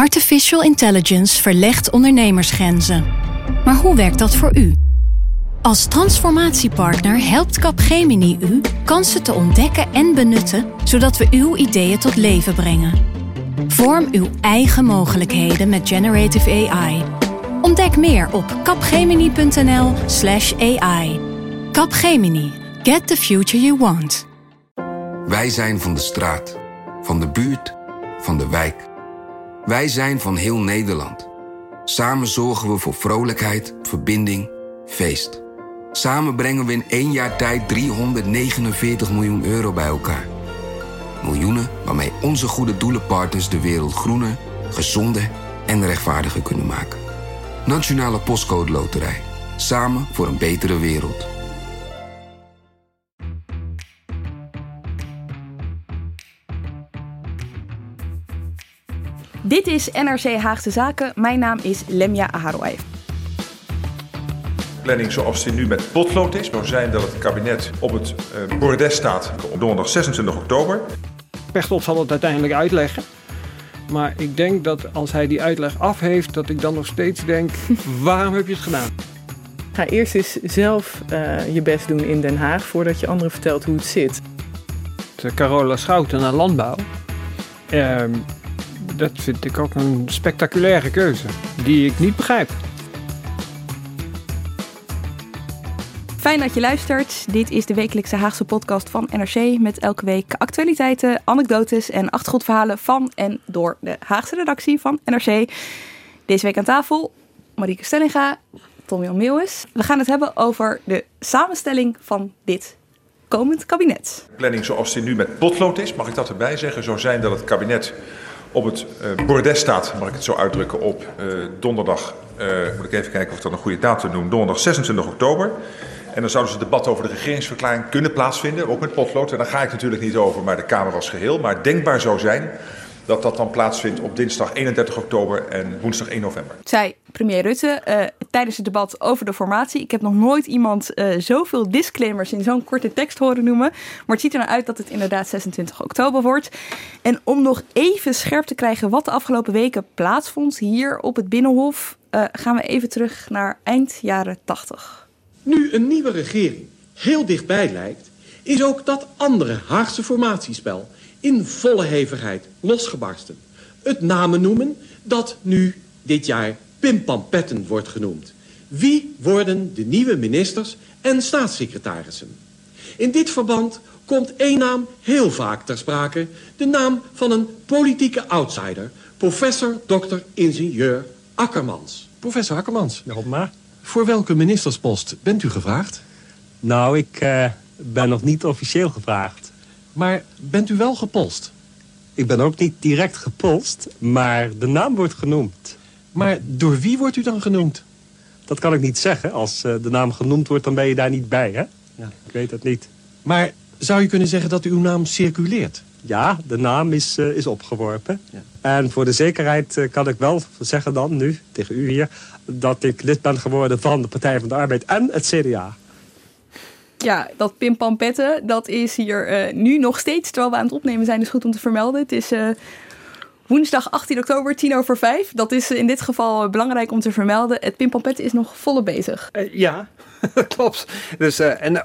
Artificial intelligence verlegt ondernemersgrenzen. Maar hoe werkt dat voor u? Als transformatiepartner helpt Capgemini u kansen te ontdekken en benutten, zodat we uw ideeën tot leven brengen. Vorm uw eigen mogelijkheden met Generative AI. Ontdek meer op capgemini.nl/AI. Capgemini. Get the future you want. Wij zijn van de straat, van de buurt, van de wijk. Wij zijn van heel Nederland. Samen zorgen we voor vrolijkheid, verbinding, feest. Samen brengen we in 1 jaar tijd 349 miljoen euro bij elkaar. Miljoenen waarmee onze goede doelenpartners de wereld groener, gezonder en rechtvaardiger kunnen maken. Nationale Postcode Loterij. Samen voor een betere wereld. Dit is NRC Haagse Zaken. Mijn naam is Lemia Aharouai. Planning zoals die nu met potlood is, zou zijn dat het kabinet op het bordes staat op donderdag 26 oktober. Pechtold zal het uiteindelijk uitleggen. Maar ik denk dat als hij die uitleg af heeft, dat ik dan nog steeds denk, waarom heb je het gedaan? Ga eerst eens zelf je best doen in Den Haag voordat je anderen vertelt hoe het zit. Carola Schouten naar landbouw. Dat vind ik ook een spectaculaire keuze, die ik niet begrijp. Fijn dat je luistert. Dit is de wekelijkse Haagse podcast van NRC met elke week actualiteiten, anekdotes en achtergrondverhalen van en door de Haagse redactie van NRC. Deze week aan tafel Marieke Stellinga, Tom-Jan Meeuwis. We gaan het hebben over de samenstelling van dit komend kabinet. Planning zoals die nu met potlood is, mag ik dat erbij zeggen, zou zijn dat het kabinet op het bordes staat, mag ik het zo uitdrukken, op donderdag, moet ik even kijken of ik dat een goede datum noem, donderdag 26 oktober. En dan zouden ze het debat over de regeringsverklaring kunnen plaatsvinden, ook met potlood. En daar ga ik natuurlijk niet over, maar de Kamer als geheel. Maar denkbaar zou zijn dat dat dan plaatsvindt op dinsdag 31 oktober en woensdag 1 november. Zei premier Rutte tijdens het debat over de formatie. Ik heb nog nooit iemand zoveel disclaimers in zo'n korte tekst horen noemen. Maar het ziet er nou uit dat het inderdaad 26 oktober wordt. En om nog even scherp te krijgen wat de afgelopen weken plaatsvond hier op het Binnenhof, gaan we even terug naar eind jaren 80. Nu een nieuwe regering heel dichtbij lijkt, is ook dat andere Haagse formatiespel in volle hevigheid losgebarsten. Het namen noemen dat nu dit jaar pimpampetten wordt genoemd. Wie worden de nieuwe ministers en staatssecretarissen? In dit verband komt één naam heel vaak ter sprake, de naam van een politieke outsider, professor Dr. Ingenieur Akkermans. Professor Akkermans. Ja, maar. Voor welke ministerspost bent u gevraagd? Nou, ik ben nog niet officieel gevraagd. Maar bent u wel gepolst? Ik ben ook niet direct gepolst, maar de naam wordt genoemd. Maar door wie wordt u dan genoemd? Dat kan ik niet zeggen. Als de naam genoemd wordt, dan ben je daar niet bij, hè? Ja, ik weet het niet. Maar zou je kunnen zeggen dat uw naam circuleert? Ja, de naam is opgeworpen. Ja. En voor de zekerheid kan ik wel zeggen dan, nu, tegen u hier, dat ik lid ben geworden van de Partij van de Arbeid en het CDA. Ja, dat pimpampetten, dat is hier nu nog steeds, terwijl we aan het opnemen zijn, is goed om te vermelden. Het is woensdag 18 oktober, 5:10. Dat is in dit geval belangrijk om te vermelden. Het pimpampetten is nog volop bezig. Ja, klopt. Dus,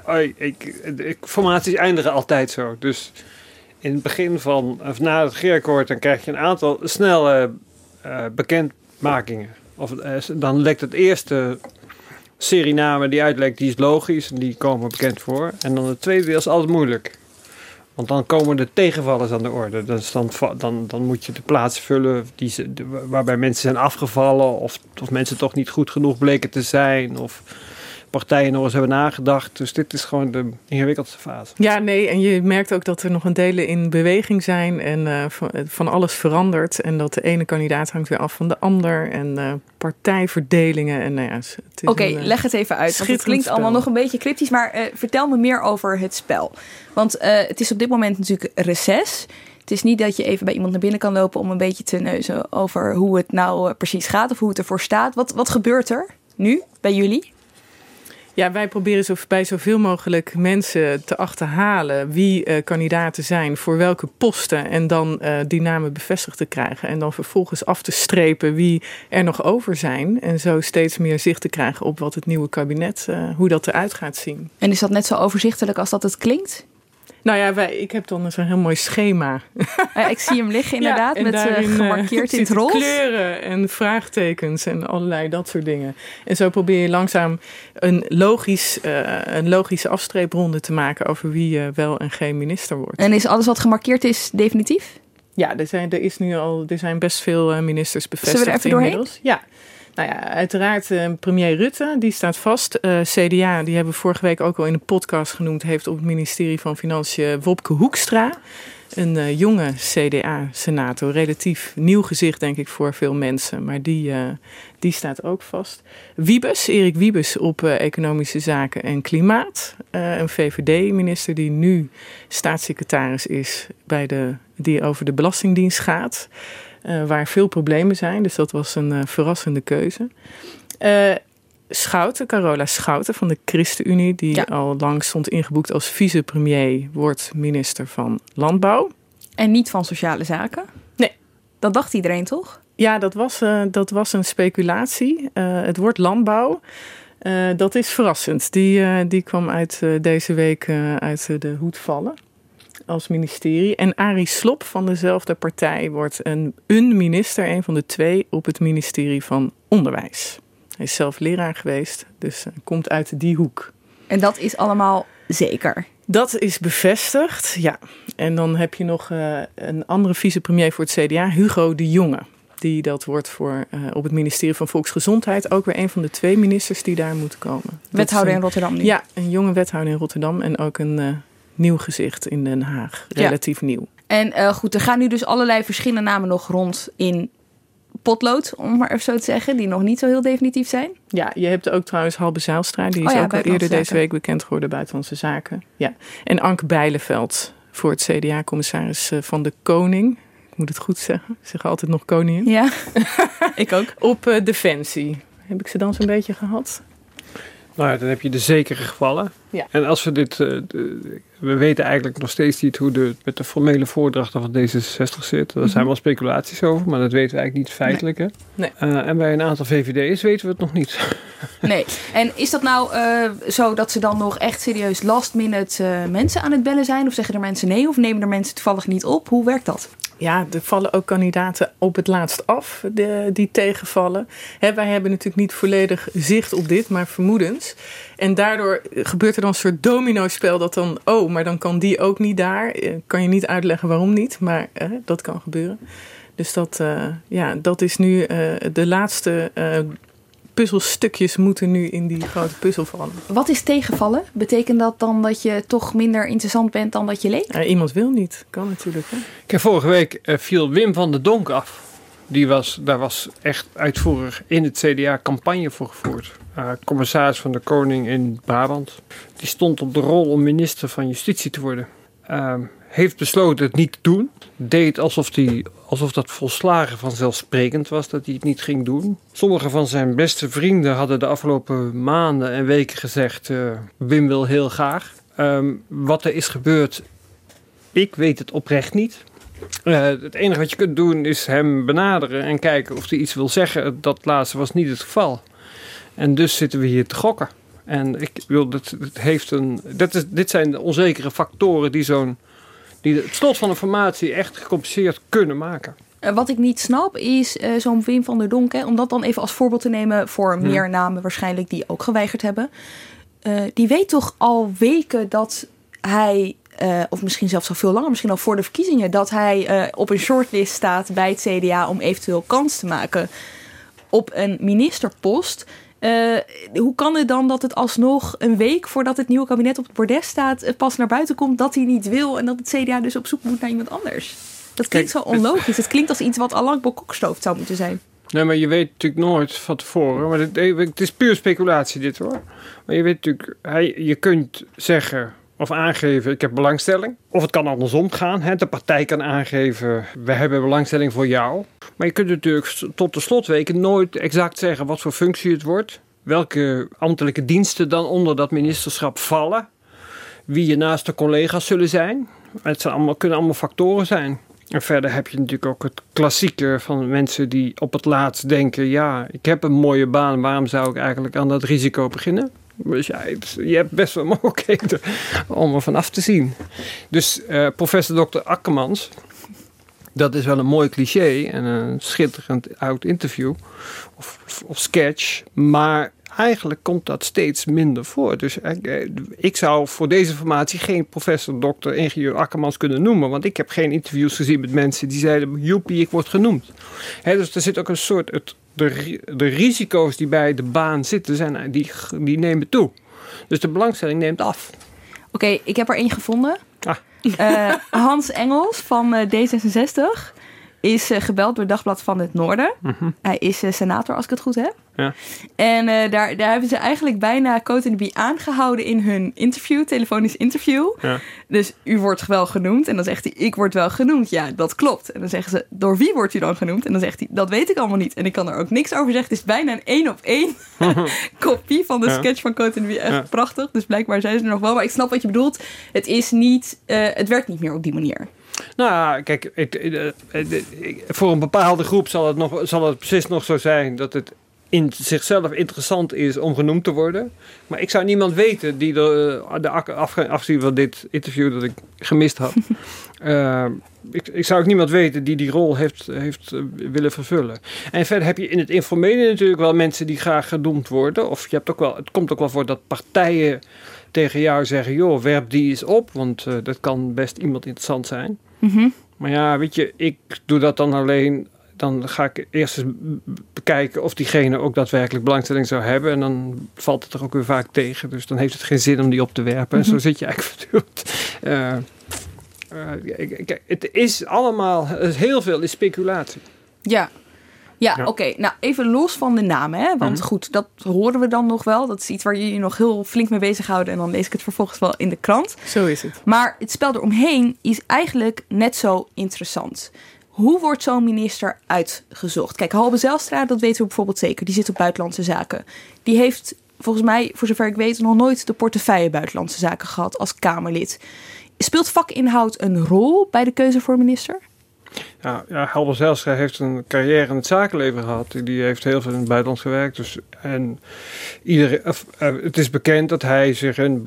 formaties eindigen altijd zo. Dus in het begin of na het regeerakkoord, dan krijg je een aantal snelle bekendmakingen. Of dan lekt het eerste serie namen die uitlekt, die is logisch en die komen bekend voor. En dan het tweede deel is altijd moeilijk. Want dan komen de tegenvallers aan de orde. Dus dan moet je de plaats vullen waarbij mensen zijn afgevallen, of mensen toch niet goed genoeg bleken te zijn, of partijen nog eens hebben nagedacht. Dus dit is gewoon de ingewikkeldste fase. Ja, nee, en je merkt ook dat er nog een delen in beweging zijn en van alles verandert. En dat de ene kandidaat hangt weer af van de ander en partijverdelingen. En, nou ja, Oké, leg het even uit, want het klinkt allemaal nog een beetje cryptisch. Maar vertel me meer over het spel. Want het is op dit moment natuurlijk reces. Het is niet dat je even bij iemand naar binnen kan lopen om een beetje te neuzen over hoe het nou precies gaat of hoe het ervoor staat. Wat gebeurt er nu bij jullie? Ja, wij proberen bij zoveel mogelijk mensen te achterhalen wie kandidaten zijn voor welke posten en dan die namen bevestigd te krijgen en dan vervolgens af te strepen wie er nog over zijn en zo steeds meer zicht te krijgen op wat het nieuwe kabinet, hoe dat eruit gaat zien. En is dat net zo overzichtelijk als dat het klinkt? Nou ja, ik heb dan zo'n heel mooi schema. Ik zie hem liggen inderdaad, met gemarkeerd in het roze. Kleuren en vraagtekens en allerlei dat soort dingen. En zo probeer je langzaam een logische afstreepronde te maken over wie wel en geen minister wordt. En is alles wat gemarkeerd is definitief? Ja, er zijn best veel ministers bevestigd. Zullen we er even inmiddels. Doorheen? Ja. Nou ja, uiteraard premier Rutte, die staat vast. CDA, die hebben we vorige week ook al in de podcast genoemd, heeft op het ministerie van Financiën Wopke Hoekstra. Een jonge CDA-senator, relatief nieuw gezicht denk ik voor veel mensen, maar die staat ook vast. Erik Wiebes op Economische Zaken en Klimaat. Een VVD-minister die nu staatssecretaris is die over de Belastingdienst gaat. Waar veel problemen zijn, dus dat was een verrassende keuze. Carola Schouten van de ChristenUnie, die al lang stond ingeboekt als vicepremier, wordt minister van Landbouw. En niet van Sociale Zaken? Nee. Dat dacht iedereen toch? Ja, dat was een speculatie. Het woord Landbouw, dat is verrassend. Die kwam deze week uit de hoed vallen als ministerie. En Arie Slob van dezelfde partij wordt een minister, een van de twee, op het ministerie van Onderwijs. Hij is zelf leraar geweest, dus komt uit die hoek. En dat is allemaal zeker? Dat is bevestigd, ja. En dan heb je nog een andere vicepremier voor het CDA, Hugo de Jonge. Die dat wordt op het ministerie van Volksgezondheid. Ook weer een van de twee ministers die daar moeten komen. Wethouder in Rotterdam nu? Ja, een jonge wethouder in Rotterdam en ook een nieuw gezicht in Den Haag. Relatief nieuw. En goed, er gaan nu dus allerlei verschillende namen nog rond in potlood, om maar even zo te zeggen, die nog niet zo heel definitief zijn. Ja, je hebt ook trouwens Halbe Zijlstra, die is ook al eerder deze week bekend geworden, Buitenlandse Zaken. Ja. En Anke Bijleveld voor het CDA, commissaris van de Koning. Ik moet het goed zeggen. Ze zeggen altijd nog koningin. Ja, ik ook. Op Defensie. Heb ik ze dan zo'n beetje gehad? Nou ja, dan heb je de zekere gevallen. Ja. En als we we weten eigenlijk nog steeds niet hoe met de formele voordrachten van D66 zit. Daar zijn wel speculaties over, maar dat weten we eigenlijk niet feitelijk. Nee. Nee. En bij een aantal VVD'ers weten we het nog niet. Nee. En is dat nou zo dat ze dan nog echt serieus last minute mensen aan het bellen zijn? Of zeggen er mensen nee? Of nemen er mensen toevallig niet op? Hoe werkt dat? Ja, er vallen ook kandidaten op het laatst af die tegenvallen. Wij hebben natuurlijk niet volledig zicht op dit, maar vermoedens. En daardoor gebeurt er dan een soort domino-spel dat dan, maar dan kan die ook niet daar. Kan je niet uitleggen waarom niet, maar dat kan gebeuren. Dus dat is nu de laatste puzzelstukjes moeten nu in die grote puzzel vallen. Wat is tegenvallen? Betekent dat dan dat je toch minder interessant bent dan dat je leek? Iemand wil niet. Kan natuurlijk. Hè? Vorige week viel Wim van der Donk af. Daar was echt uitvoerig in het CDA campagne voor gevoerd. Commissaris van de Koning in Brabant. Die stond op de rol om minister van Justitie te worden. Heeft besloten het niet te doen. Deed alsof dat volslagen vanzelfsprekend was dat hij het niet ging doen. Sommige van zijn beste vrienden hadden de afgelopen maanden en weken gezegd, Wim wil heel graag. Wat er is gebeurd, ik weet het oprecht niet. Het enige wat je kunt doen is hem benaderen en kijken of hij iets wil zeggen. Dat laatste was niet het geval. En dus zitten we hier te gokken. En ik wil dit zijn de onzekere factoren die het slot van een formatie echt gecompliceerd kunnen maken. Wat ik niet snap is zo'n Wim van der Donk, om dat dan even als voorbeeld te nemen voor meer namen waarschijnlijk die ook geweigerd hebben. Die weet toch al weken dat hij, of misschien zelfs al veel langer, misschien al voor de verkiezingen, dat hij op een shortlist staat bij het CDA om eventueel kans te maken op een ministerpost. Hoe kan het dan dat het alsnog een week voordat het nieuwe kabinet op het bordes staat pas naar buiten komt dat hij niet wil en dat het CDA dus op zoek moet naar iemand anders? Dat klinkt zo onlogisch. Het klinkt als iets wat al lang bekokstoofd zou moeten zijn. Nee, maar je weet natuurlijk nooit van tevoren. Maar het is puur speculatie dit hoor. Maar je weet natuurlijk, je kunt zeggen of aangeven, ik heb belangstelling. Of het kan andersom gaan. De partij kan aangeven, we hebben belangstelling voor jou. Maar je kunt natuurlijk tot de slotweken nooit exact zeggen wat voor functie het wordt. welke ambtelijke diensten dan onder dat ministerschap vallen. Wie je naaste collega's zullen zijn. Het kunnen allemaal factoren zijn. En verder heb je natuurlijk ook het klassieke van mensen die op het laatst denken... ja, ik heb een mooie baan, waarom zou ik eigenlijk aan dat risico beginnen? Dus ja, je hebt best wel mogelijkheden om er vanaf te zien. Dus professor Dr. Akkermans, dat is wel een mooi cliché en een schitterend oud interview of sketch, maar eigenlijk komt dat steeds minder voor. Dus ik zou voor deze formatie geen professor Dr. ingenieur Akkermans kunnen noemen, want ik heb geen interviews gezien met mensen die zeiden, joepie, ik word genoemd. Dus er zit ook een soort... De risico's die bij de baan zitten, die nemen toe. Dus de belangstelling neemt af. Oké, ik heb er één gevonden. Hans Engels van D66 is gebeld door Dagblad van het Noorden. Mm-hmm. Hij is senator, als ik het goed heb. Ja. En daar hebben ze eigenlijk bijna Cote de Bie aangehouden in hun interview, telefonisch interview. Ja. Dus u wordt wel genoemd. En dan zegt hij, ik word wel genoemd. Ja, dat klopt. En dan zeggen ze, door wie wordt u dan genoemd? En dan zegt hij, dat weet ik allemaal niet. En ik kan er ook niks over zeggen. Het is bijna een 1-op-1 kopie van de sketch van Cote de Bie. Echt prachtig. Dus blijkbaar zijn ze er nog wel. Maar ik snap wat je bedoelt. Het is niet, het werkt niet meer op die manier. Nou, kijk, voor een bepaalde groep zal het precies nog zo zijn dat het in zichzelf interessant is om genoemd te worden. Maar ik zou niemand weten die afgezien van dit interview dat ik gemist had. Ik zou ook niemand weten die rol heeft willen vervullen. En verder heb je in het informele natuurlijk wel mensen die graag genoemd worden. Of je hebt ook wel, het komt ook wel voor dat partijen tegen jou zeggen, joh, werp die eens op, want dat kan best iemand interessant zijn. Mm-hmm. Maar ja, weet je, ik doe dat dan alleen. Dan ga ik eerst eens bekijken of diegene ook daadwerkelijk belangstelling zou hebben. En dan valt het er ook weer vaak tegen. Dus dan heeft het geen zin om die op te werpen. Mm-hmm. En zo zit je eigenlijk voortdurend. Het is allemaal, heel veel is speculatie. Ja. Ja. Oké. Nou, even los van de namen. Hè? Want goed, dat horen we dan nog wel. Dat is iets waar jullie nog heel flink mee bezighouden. En dan lees ik het vervolgens wel in de krant. Zo is het. Maar het spel eromheen is eigenlijk net zo interessant. Hoe wordt zo'n minister uitgezocht? Kijk, Halbe Zijlstra, dat weten we bijvoorbeeld zeker. Die zit op buitenlandse zaken. Die heeft volgens mij, voor zover ik weet, nog nooit de portefeuille buitenlandse zaken gehad als Kamerlid. Speelt vakinhoud een rol bij de keuze voor minister? Ja, Halbe Zijlstra heeft een carrière in het zakenleven gehad. Die heeft heel veel in het buitenland gewerkt. Dus, en het is bekend dat hij zich in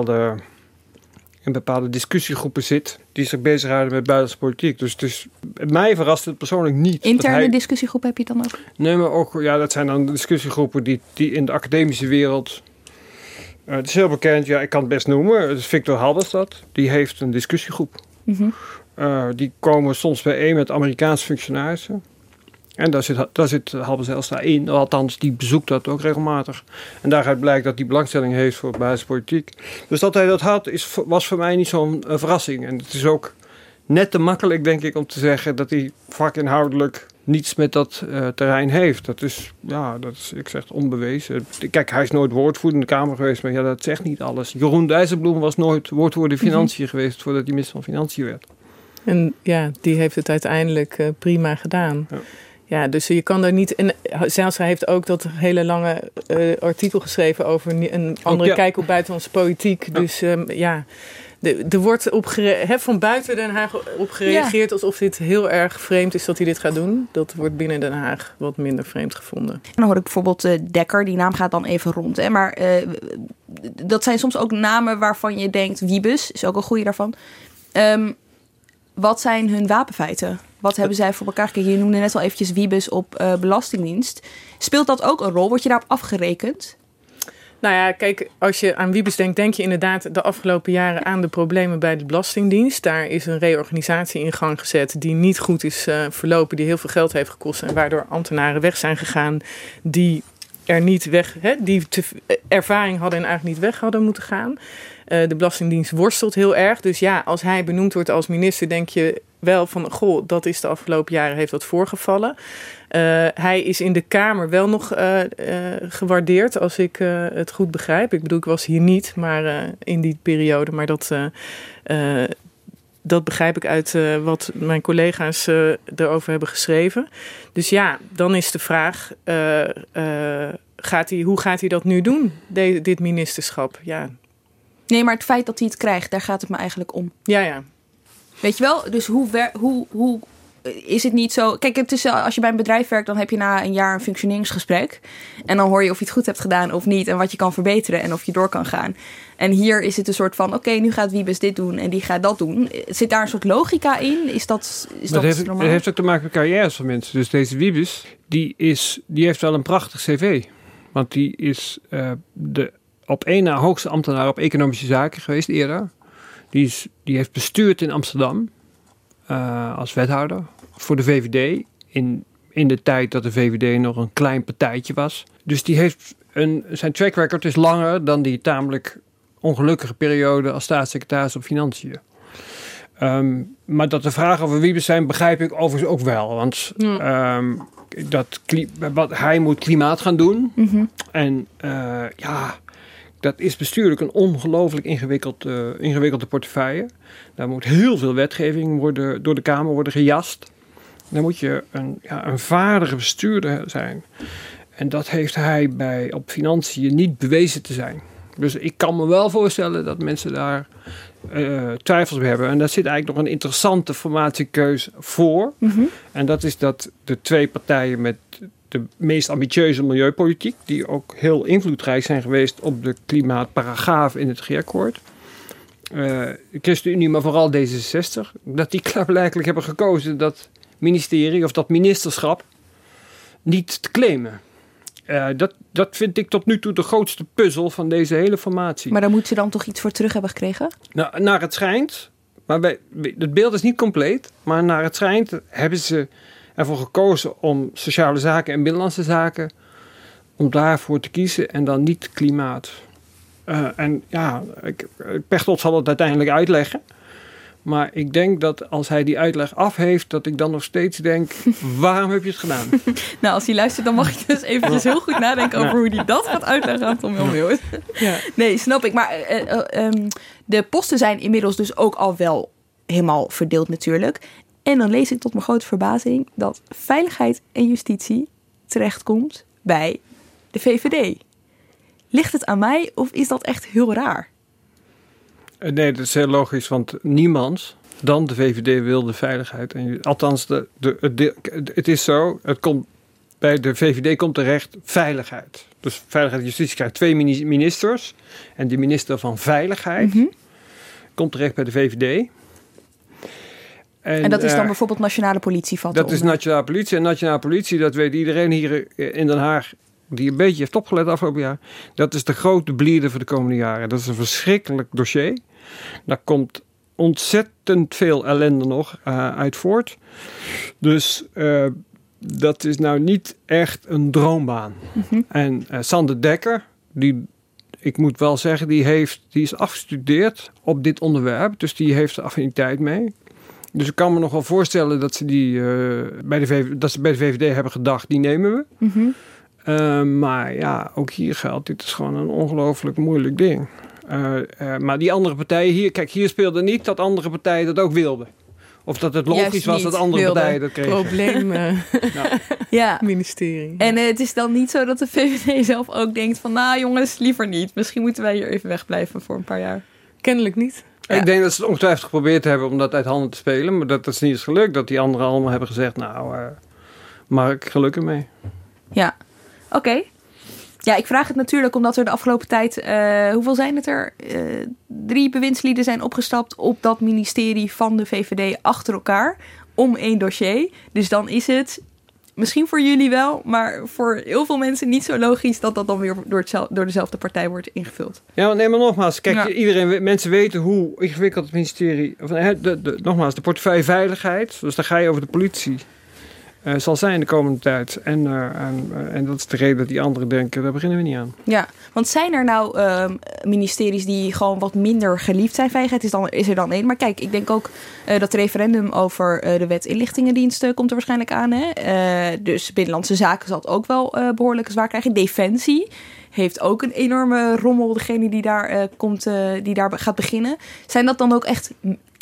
bepaalde discussiegroepen zit die zich bezighouden met buitenlandse politiek. Dus mij verrast het persoonlijk niet. Interne discussiegroepen heb je dan ook? Nee, maar ook, ja, dat zijn dan discussiegroepen die in de academische wereld. Het is heel bekend, ja, ik kan het best noemen. Het is Victor Halberstad, die heeft een discussiegroep. Mm-hmm. Die komen soms bijeen met Amerikaanse functionarissen. En daar zit Halbe Zijlstra in. Althans, die bezoekt dat ook regelmatig. En daaruit blijkt dat hij belangstelling heeft voor basispolitiek. Dus dat hij dat had, was voor mij niet zo'n verrassing. En het is ook net te makkelijk, denk ik, om te zeggen dat hij vakinhoudelijk niets met dat terrein heeft. Dat is, ik zeg, onbewezen. Kijk, hij is nooit woordvoerder in de Kamer geweest, maar ja, dat zegt niet alles. Jeroen Dijsselbloem was nooit woordvoerder Financiën geweest voordat hij minister van Financiën werd. En ja, die heeft het uiteindelijk prima gedaan. Ja. Ja, dus je kan daar niet. En Zijlstra heeft ook dat hele lange artikel geschreven over een andere kijk op buitenlandse politiek. Ja. Dus er wordt van buiten Den Haag op gereageerd alsof dit heel erg vreemd is dat hij dit gaat doen. Dat wordt binnen Den Haag wat minder vreemd gevonden. Dan hoor ik bijvoorbeeld Dekker, die naam gaat dan even rond. Hè? Maar dat zijn soms ook namen waarvan je denkt, Wiebes is ook een goeie daarvan. Wat zijn hun wapenfeiten? Wat hebben zij voor elkaar gekregen? Je noemde net al eventjes Wiebes op Belastingdienst. Speelt dat ook een rol? Word je daarop afgerekend? Nou ja, kijk, als je aan Wiebes denkt, denk je inderdaad de afgelopen jaren aan de problemen bij de Belastingdienst. Daar is een reorganisatie in gang gezet die niet goed is verlopen, die heel veel geld heeft gekost en waardoor ambtenaren weg zijn gegaan die er niet weg, die ervaring hadden en eigenlijk niet weg hadden moeten gaan. De Belastingdienst worstelt heel erg. Dus ja, als hij benoemd wordt als minister, denk je wel van, goh, dat is de afgelopen jaren heeft dat voorgevallen. Hij is in de Kamer wel nog gewaardeerd, als ik het goed begrijp. Ik bedoel, ik was hier niet, maar in die periode. Maar Dat begrijp ik uit wat mijn collega's erover hebben geschreven. Dus ja, dan is de vraag, hoe gaat hij dat nu doen, dit ministerschap? Ja. Nee, maar het feit dat hij het krijgt, daar gaat het me eigenlijk om. Ja. Weet je wel? Dus hoe is het niet zo... Kijk, het is, als je bij een bedrijf werkt, dan heb je na een jaar een functioneringsgesprek. En dan hoor je of je het goed hebt gedaan of niet. En wat je kan verbeteren en of je door kan gaan. En hier is het een soort van... Oké, nu gaat Wiebes dit doen en die gaat dat doen. Zit daar een soort logica in? Is dat normaal? Het heeft ook te maken met carrières van mensen. Dus deze Wiebes, die heeft wel een prachtig cv. Want die is de op één na hoogste ambtenaar op economische zaken geweest eerder. Die heeft bestuurd in Amsterdam als wethouder voor de VVD in de tijd dat de VVD nog een klein partijtje was. Dus die heeft zijn track record is langer dan die tamelijk ongelukkige periode als staatssecretaris op Financiën. Maar dat de vragen over Wiebes zijn, begrijp ik overigens ook wel. Want hij moet klimaat gaan doen. Mm-hmm. En dat is bestuurlijk een ongelooflijk ingewikkelde portefeuille. Daar moet heel veel wetgeving door de Kamer worden gejast. Dan moet je een vaardige bestuurder zijn. En dat heeft hij op Financiën niet bewezen te zijn. Dus ik kan me wel voorstellen dat mensen daar twijfels bij hebben. En daar zit eigenlijk nog een interessante formatiekeus voor. Mm-hmm. En dat is dat de twee partijen met de meest ambitieuze milieupolitiek, die ook heel invloedrijk zijn geweest op de klimaatparagraaf in het regeerakkoord. De ChristenUnie, maar vooral D66, dat die klaarblijkelijk hebben gekozen dat ministerie of dat ministerschap niet te claimen. Dat vind ik tot nu toe de grootste puzzel van deze hele formatie. Maar daar moeten ze dan toch iets voor terug hebben gekregen? Nou, naar het schijnt, maar het beeld is niet compleet, maar naar het schijnt hebben ze ervoor gekozen om sociale zaken en binnenlandse zaken, om daarvoor te kiezen en dan niet klimaat. Pechtold zal het uiteindelijk uitleggen. Maar ik denk dat als hij die uitleg af heeft, dat ik dan nog steeds denk, waarom heb je het gedaan? Nou, als hij luistert, dan mag je dus eventjes heel goed nadenken over hoe hij dat gaat uitleggen aan Tom Jonge. Ja. Nee, snap ik. Maar de posten zijn inmiddels dus ook al wel helemaal verdeeld natuurlijk. En dan lees ik tot mijn grote verbazing dat veiligheid en justitie terechtkomt bij de VVD. Ligt het aan mij of is dat echt heel raar? Nee, dat is heel logisch, want niemand dan de VVD wil de veiligheid. Althans, het is zo, bij de VVD komt terecht veiligheid. Dus veiligheid en justitie krijgt 2 ministers. En die minister van Veiligheid komt terecht bij de VVD. En dat is dan bijvoorbeeld nationale politie? Dat is nationale politie. En nationale politie, dat weet iedereen hier in Den Haag die een beetje heeft opgelet afgelopen jaar. Dat is de grote bleeder voor de komende jaren. Dat is een verschrikkelijk dossier. Daar komt ontzettend veel ellende nog uit voort. Dus dat is nou niet echt een droombaan. Mm-hmm. En Sander Dekker, ik moet wel zeggen, die is afgestudeerd op dit onderwerp. Dus die heeft er affiniteit mee. Dus ik kan me nog wel voorstellen dat ze bij de VVD hebben gedacht, die nemen we. Mm-hmm. Maar ja, ook hier geldt, dit is gewoon een ongelooflijk moeilijk ding. Maar die andere partijen, hier speelde niet dat andere partijen dat ook wilden. Of dat het logisch was dat andere partijen dat kregen. Probleem ministerie. En het is dan niet zo dat de VVD zelf ook denkt van, nou jongens, liever niet. Misschien moeten wij hier even wegblijven voor een paar jaar. Kennelijk niet. Ja. Ik denk dat ze het ongetwijfeld geprobeerd hebben om dat uit handen te spelen. Maar dat is niet eens gelukt. Dat die anderen allemaal hebben gezegd, Mark, gelukkig mee. Ja, oké. Ja, ik vraag het natuurlijk omdat er de afgelopen tijd, hoeveel zijn het er? 3 bewindslieden zijn opgestapt op dat ministerie van de VVD achter elkaar om 1 dossier. Dus dan is het misschien voor jullie wel, maar voor heel veel mensen niet zo logisch dat dat dan weer door dezelfde partij wordt ingevuld. Ja, nee, maar nogmaals, kijk, mensen weten hoe ingewikkeld het ministerie, nogmaals, de portefeuille veiligheid, dus daar ga je over de politie, zal zijn de komende tijd. En dat is de reden dat die anderen denken, daar beginnen we niet aan. Ja, want zijn er nou ministeries die gewoon wat minder geliefd zijn? Veiligheid is er dan 1. Maar kijk, ik denk ook dat referendum over de wet inlichtingendiensten komt er waarschijnlijk aan. Hè? Dus Binnenlandse Zaken zal het ook wel behoorlijk zwaar krijgen. Defensie heeft ook een enorme rommel, degene die daar gaat beginnen. Zijn dat dan ook echt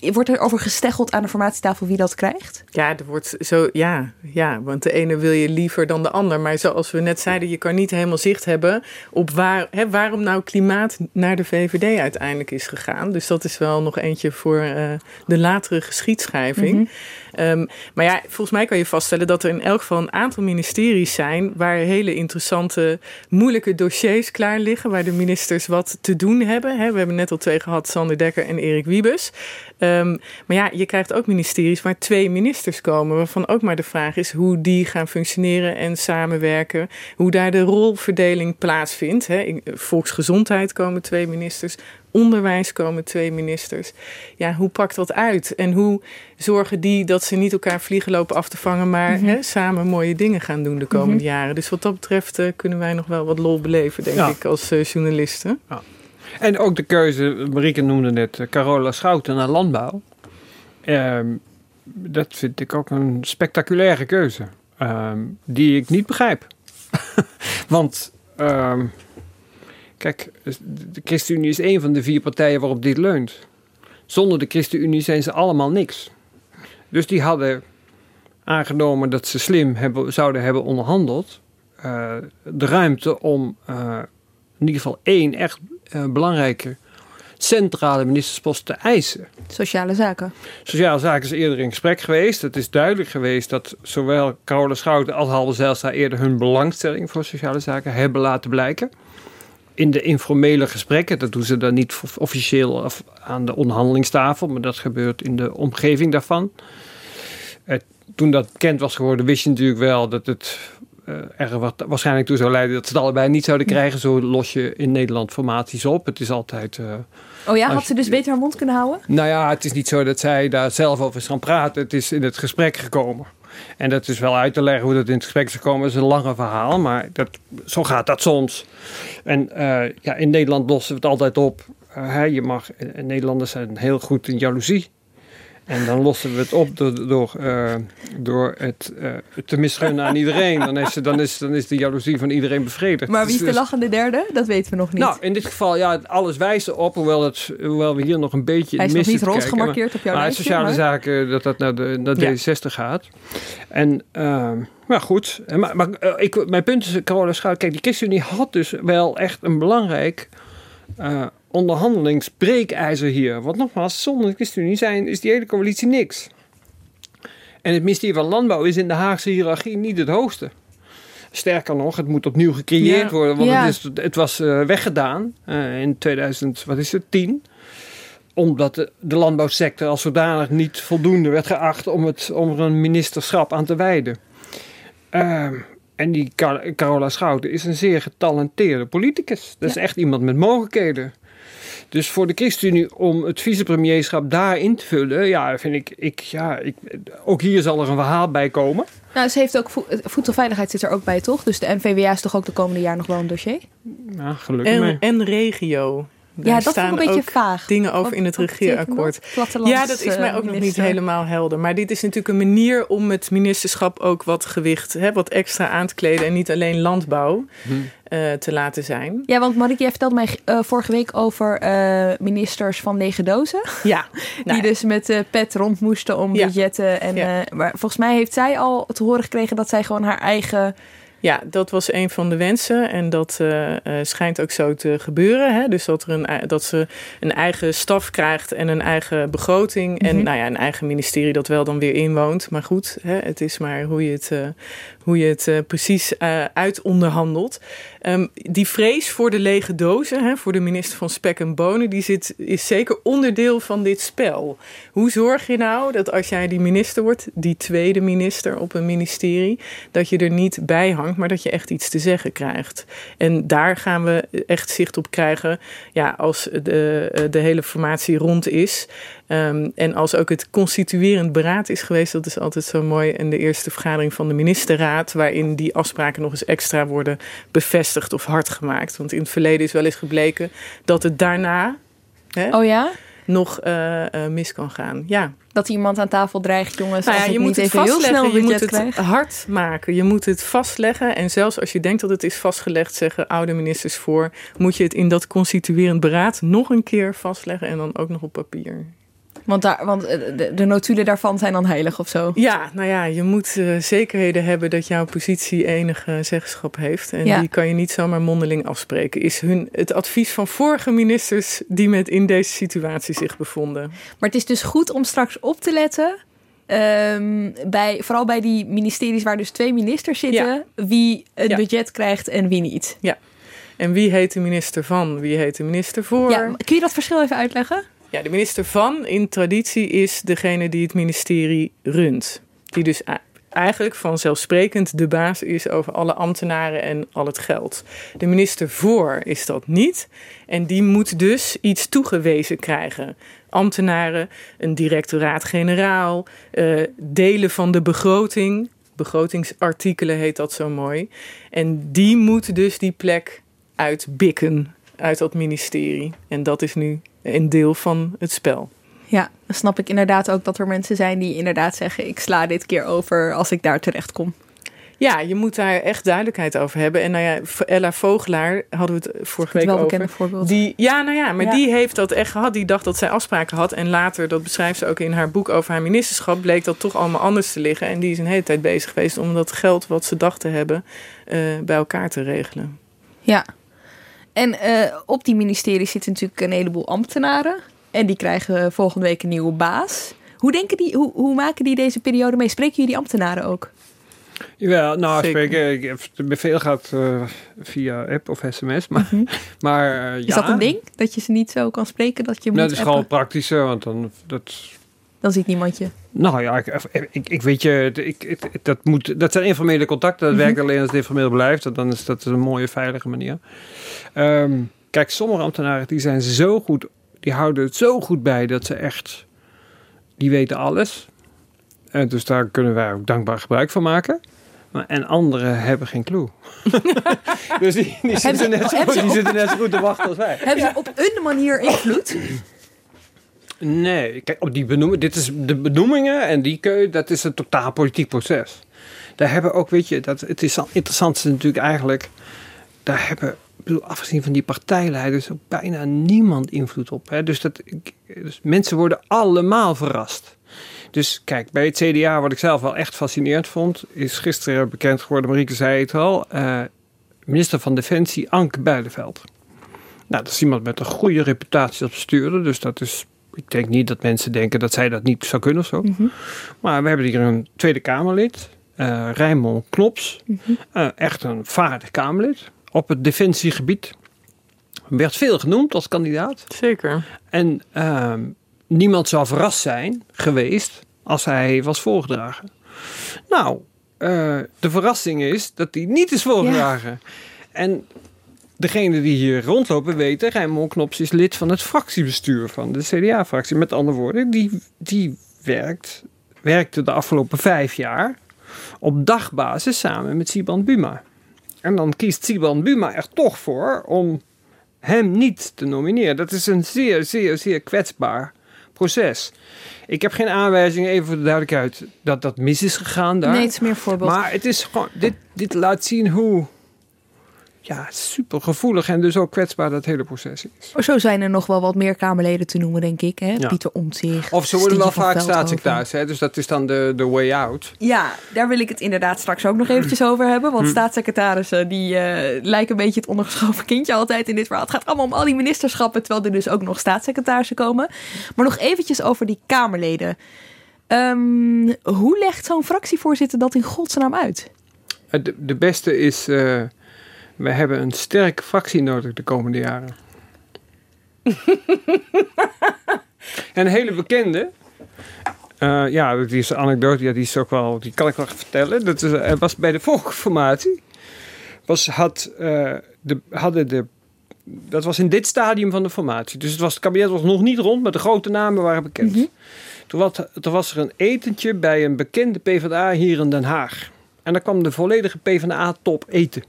wordt er over gesteggeld aan de formatietafel wie dat krijgt? Ja, er wordt zo, ja, want de ene wil je liever dan de ander. Maar zoals we net zeiden, je kan niet helemaal zicht hebben op waarom nou klimaat naar de VVD uiteindelijk is gegaan. Dus dat is wel nog eentje voor de latere geschiedschrijving. Mm-hmm. Maar ja, volgens mij kan je vaststellen dat er in elk geval een aantal ministeries zijn waar hele interessante, moeilijke dossiers klaar liggen, waar de ministers wat te doen hebben. We hebben net al 2 gehad, Sander Dekker en Erik Wiebes. Maar ja, je krijgt ook ministeries waar 2 ministers komen, waarvan ook maar de vraag is hoe die gaan functioneren en samenwerken. Hoe daar de rolverdeling plaatsvindt. In volksgezondheid komen 2 ministers. Onderwijs komen 2 ministers. Ja, hoe pakt dat uit? En hoe zorgen die dat ze niet elkaar vliegen lopen af te vangen, maar samen mooie dingen gaan doen de komende jaren? Dus wat dat betreft kunnen wij nog wel wat lol beleven, denk ik, als journalisten. Ja. En ook de keuze, Marieke noemde net Carola Schouten naar landbouw. Dat vind ik ook een spectaculaire keuze. Die ik niet begrijp. Want kijk, de ChristenUnie is een van de 4 partijen waarop dit leunt. Zonder de ChristenUnie zijn ze allemaal niks. Dus die hadden aangenomen dat ze slim zouden hebben onderhandeld. De ruimte om in ieder geval 1 echt belangrijke centrale ministerspost te eisen. Sociale zaken. Sociale zaken is eerder in gesprek geweest. Het is duidelijk geweest dat zowel Carola Schouten als Halbe Zijlstra eerder hun belangstelling voor sociale zaken hebben laten blijken. In de informele gesprekken, dat doen ze dan niet officieel aan de onderhandelingstafel, maar dat gebeurt in de omgeving daarvan. Toen dat bekend was geworden, wist je natuurlijk wel dat het er waarschijnlijk toe zou leiden dat ze het allebei niet zouden krijgen. Zo los je in Nederland formaties op. Het is altijd... had ze dus beter haar mond kunnen houden? Nou ja, het is niet zo dat zij daar zelf over is gaan praten. Het is in het gesprek gekomen. En dat is wel uit te leggen hoe dat in het gesprek is gekomen. Dat is een langer verhaal, maar zo gaat dat soms. En in Nederland lossen we het altijd op. Nederlanders zijn heel goed in jaloezie. En dan lossen we het op door het te misgunnen aan iedereen. Dan is de jaloezie van iedereen bevredigd. Maar wie is de lachende derde? Dat weten we nog niet. Nou, in dit geval, alles wijst erop. Hoewel we hier nog een beetje in de mist zitten. Hij is nog niet rood gemarkeerd op jouw lijstje. Sociale zaken, dat naar D66 gaat. En, maar goed. Mijn punt is, Carola Schouten, kijk, die ChristenUnie had dus wel echt een belangrijk onderhandelingsbreekijzer hier. Want nogmaals, zonder de ChristenUnie is die hele coalitie niks. En het ministerie van Landbouw is in de Haagse hiërarchie niet het hoogste. Sterker nog, het moet opnieuw gecreëerd worden. Want het was weggedaan in 2010. Omdat de landbouwsector als zodanig niet voldoende werd geacht om er een ministerschap aan te wijden. En die Carola Schouten is een zeer getalenteerde politicus. Dat is echt iemand met mogelijkheden. Dus voor de ChristenUnie om het vicepremierschap daarin te vullen, vind ik, ook hier zal er een verhaal bij komen. Nou, ze heeft ook voedselveiligheid zit er ook bij, toch? Dus de NVWA is toch ook de komende jaar nog wel een dossier? Ja, gelukkig mee. En regio. Daar dat staan is een beetje vaag. Dingen over in het regeerakkoord. Ja, dat is mij ook nog niet helemaal helder. Maar dit is natuurlijk een manier om het ministerschap ook wat gewicht, wat extra aan te kleden en niet alleen landbouw te laten zijn. Ja, want Marieke, jij vertelde mij vorige week over ministers van 9 dozen. Ja. Die dus met pet rond moesten om budgetten. En, maar volgens mij heeft zij al te horen gekregen dat zij gewoon haar eigen... Ja, dat was een van de wensen en dat schijnt ook zo te gebeuren. Hè? Dus dat ze een eigen staf krijgt en een eigen begroting. En een eigen ministerie dat wel dan weer inwoont. Maar goed, het is maar hoe je het precies uitonderhandelt. Die vrees voor de lege dozen, voor de minister van Spek en Bonen, is zeker onderdeel van dit spel. Hoe zorg je nou dat als jij die minister wordt, die tweede minister op een ministerie, dat je er niet bij hangt, maar dat je echt iets te zeggen krijgt. En daar gaan we echt zicht op krijgen, als de hele formatie rond is. En als ook het constituerend beraad is geweest, dat is altijd zo mooi, in de eerste vergadering van de ministerraad, waarin die afspraken nog eens extra worden bevestigd of hard gemaakt. Want in het verleden is wel eens gebleken dat het daarna nog mis kan gaan. Ja. Dat iemand aan tafel dreigt, jongens, als ik je niet moet het even heel snel je moet het hard maken. Je moet het vastleggen. En zelfs als je denkt dat het is vastgelegd, zeggen oude ministers voor, moet je het in dat constituerend beraad nog een keer vastleggen en dan ook nog op papier. Want de notulen daarvan zijn dan heilig of zo? Ja, nou ja, je moet zekerheden hebben dat jouw positie enige zeggenschap heeft. En die kan je niet zomaar mondeling afspreken. Is het advies van vorige ministers die in deze situatie zich bevonden. Maar het is dus goed om straks op te letten, vooral bij die ministeries waar dus 2 ministers zitten, wie het budget krijgt en wie niet. Ja. En wie heet de minister van, wie heet de minister voor? Ja, kun je dat verschil even uitleggen? Ja, de minister van in traditie is degene die het ministerie runt. Die dus eigenlijk vanzelfsprekend de baas is over alle ambtenaren en al het geld. De minister voor is dat niet. En die moet dus iets toegewezen krijgen. Ambtenaren, een directoraat-generaal, delen van de begroting. Begrotingsartikelen heet dat zo mooi. En die moet dus die plek uitbikken uit dat ministerie. En dat is nu een deel van het spel. Ja, dan snap ik inderdaad ook dat er mensen zijn die inderdaad zeggen, ik sla dit keer over als ik daar terecht kom. Ja, je moet daar echt duidelijkheid over hebben. En nou ja, Ella Vogelaar hadden we het vorige week over. Bekende voorbeeld. Die heeft dat echt gehad. Die dacht dat zij afspraken had. En later, dat beschrijft ze ook in haar boek over haar ministerschap, bleek dat toch allemaal anders te liggen. En die is een hele tijd bezig geweest om dat geld wat ze dacht te hebben bij elkaar te regelen. Ja. En op die ministeries zitten natuurlijk een heleboel ambtenaren. En die krijgen volgende week een nieuwe baas. Hoe maken die deze periode mee? Spreken jullie ambtenaren ook? Ja, nou, de bevel gaat via app of sms. Maar is dat een ding? Dat je ze niet zo kan spreken? Dat je moet dat is gewoon praktischer, want dan ziet niemand je. Nou ja, ik weet je, dat zijn informele contacten. Dat werkt alleen als het informeel blijft. Dan is dat een mooie, veilige manier. Kijk, sommige ambtenaren die zijn zo goed, die houden het zo goed bij dat ze echt, die weten alles. Dus daar kunnen wij ook dankbaar gebruik van maken. En anderen hebben geen clue. Dus die zitten net zo goed te wachten als wij. Hebben ze op een manier invloed? Nee, kijk, op die dit is de benoemingen en die keuze, dat is een totaal politiek proces. Daar hebben ook, weet je, het is interessant natuurlijk eigenlijk, daar hebben, afgezien van die partijleiders, ook bijna niemand invloed op. Hè? Dus mensen worden allemaal verrast. Dus kijk, bij het CDA, wat ik zelf wel echt fascinerend vond, is gisteren bekend geworden, Marieke zei het al, minister van Defensie Anke Bijleveld. Nou, dat is iemand met een goede reputatie als bestuurder, dus dat is, ik denk niet dat mensen denken dat zij dat niet zou kunnen of zo. Mm-hmm. Maar we hebben hier een Tweede Kamerlid, Raymond Knops, echt een vaardig Kamerlid op het defensiegebied. Werd veel genoemd als kandidaat. Zeker. En niemand zou verrast zijn geweest als hij was voorgedragen. Nou, de verrassing is dat hij niet is voorgedragen. Ja. En degene die hier rondlopen weten, Raymond Knops is lid van het fractiebestuur van de CDA-fractie. Met andere woorden, die werkte de afgelopen 5 jaar op dagbasis samen met Sibrand Buma. En dan kiest Sibrand Buma er toch voor om hem niet te nomineren. Dat is een zeer, zeer, zeer kwetsbaar proces. Ik heb geen aanwijzingen, even voor de duidelijkheid, dat mis is gegaan daar. Nee, het is meer voorbeeld. Maar het is gewoon, dit laat zien hoe super gevoelig en dus ook kwetsbaar dat hele proces is. Zo zijn er nog wel wat meer Kamerleden te noemen, denk ik. Hè? Ja. Pieter Omtzigt. Of ze worden wel vaak staatssecretaris, hè? Dus dat is dan de way out. Ja, daar wil ik het inderdaad straks ook nog eventjes over hebben. Want staatssecretarissen, die lijken een beetje het ondergeschoven kindje altijd in dit verhaal. Het gaat allemaal om al die ministerschappen, terwijl er dus ook nog staatssecretarissen komen. Maar nog eventjes over die Kamerleden. Hoe legt zo'n fractievoorzitter dat in godsnaam uit? De beste is, we hebben een sterke fractie nodig de komende jaren. En een hele bekende, die is een anekdote, die kan ik wel vertellen. Dat was bij de vorige formatie. Dat was in dit stadium van de formatie. Dus het kabinet was nog niet rond, maar de grote namen waren bekend. Mm-hmm. Toen was er een etentje bij een bekende PvdA hier in Den Haag. En daar kwam de volledige PvdA-top eten.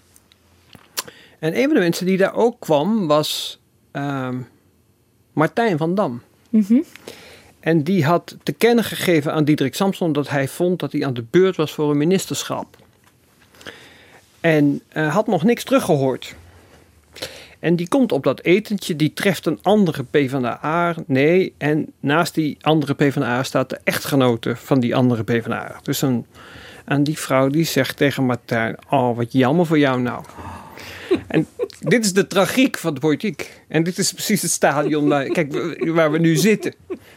En een van de mensen die daar ook kwam was Martijn van Dam. Mm-hmm. En die had te kennen gegeven aan Diederik Samson dat hij vond dat hij aan de beurt was voor een ministerschap. En had nog niks teruggehoord. En die komt op dat etentje, die treft een andere PvdA. Nee, en naast die andere PvdA staat de echtgenote van die andere PvdA. Dus en die vrouw die zegt tegen Martijn, oh, wat jammer voor jou nou. En dit is de tragiek van de politiek. En dit is precies het stadion waar we nu zitten.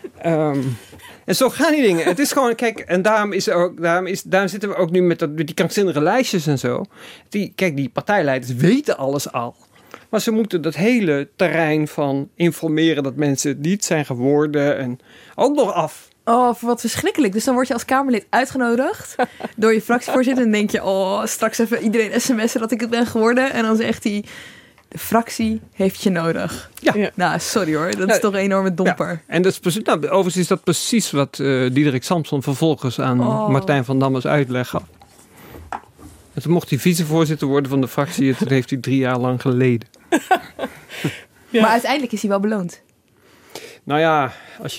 En zo gaan die dingen. Het is gewoon, kijk, en daarom zitten we ook nu met die krankzinnige lijstjes en zo. Die partijleiders weten alles al. Maar ze moeten dat hele terrein van informeren dat mensen het niet zijn geworden en ook nog af. Oh, wat verschrikkelijk. Dus dan word je als Kamerlid uitgenodigd door je fractievoorzitter. En dan denk je, oh, straks even iedereen sms'en dat ik het ben geworden. En dan zegt hij, de fractie heeft je nodig. Ja. Nou, sorry hoor. Dat is toch een enorme domper. Ja. En dat is precies, overigens is dat precies wat Diederik Samson vervolgens aan Martijn van Dammes uitleg gaf. En toen mocht hij vicevoorzitter worden van de fractie. En toen heeft hij 3 jaar lang geleden. Maar uiteindelijk is hij wel beloond. Nou ja,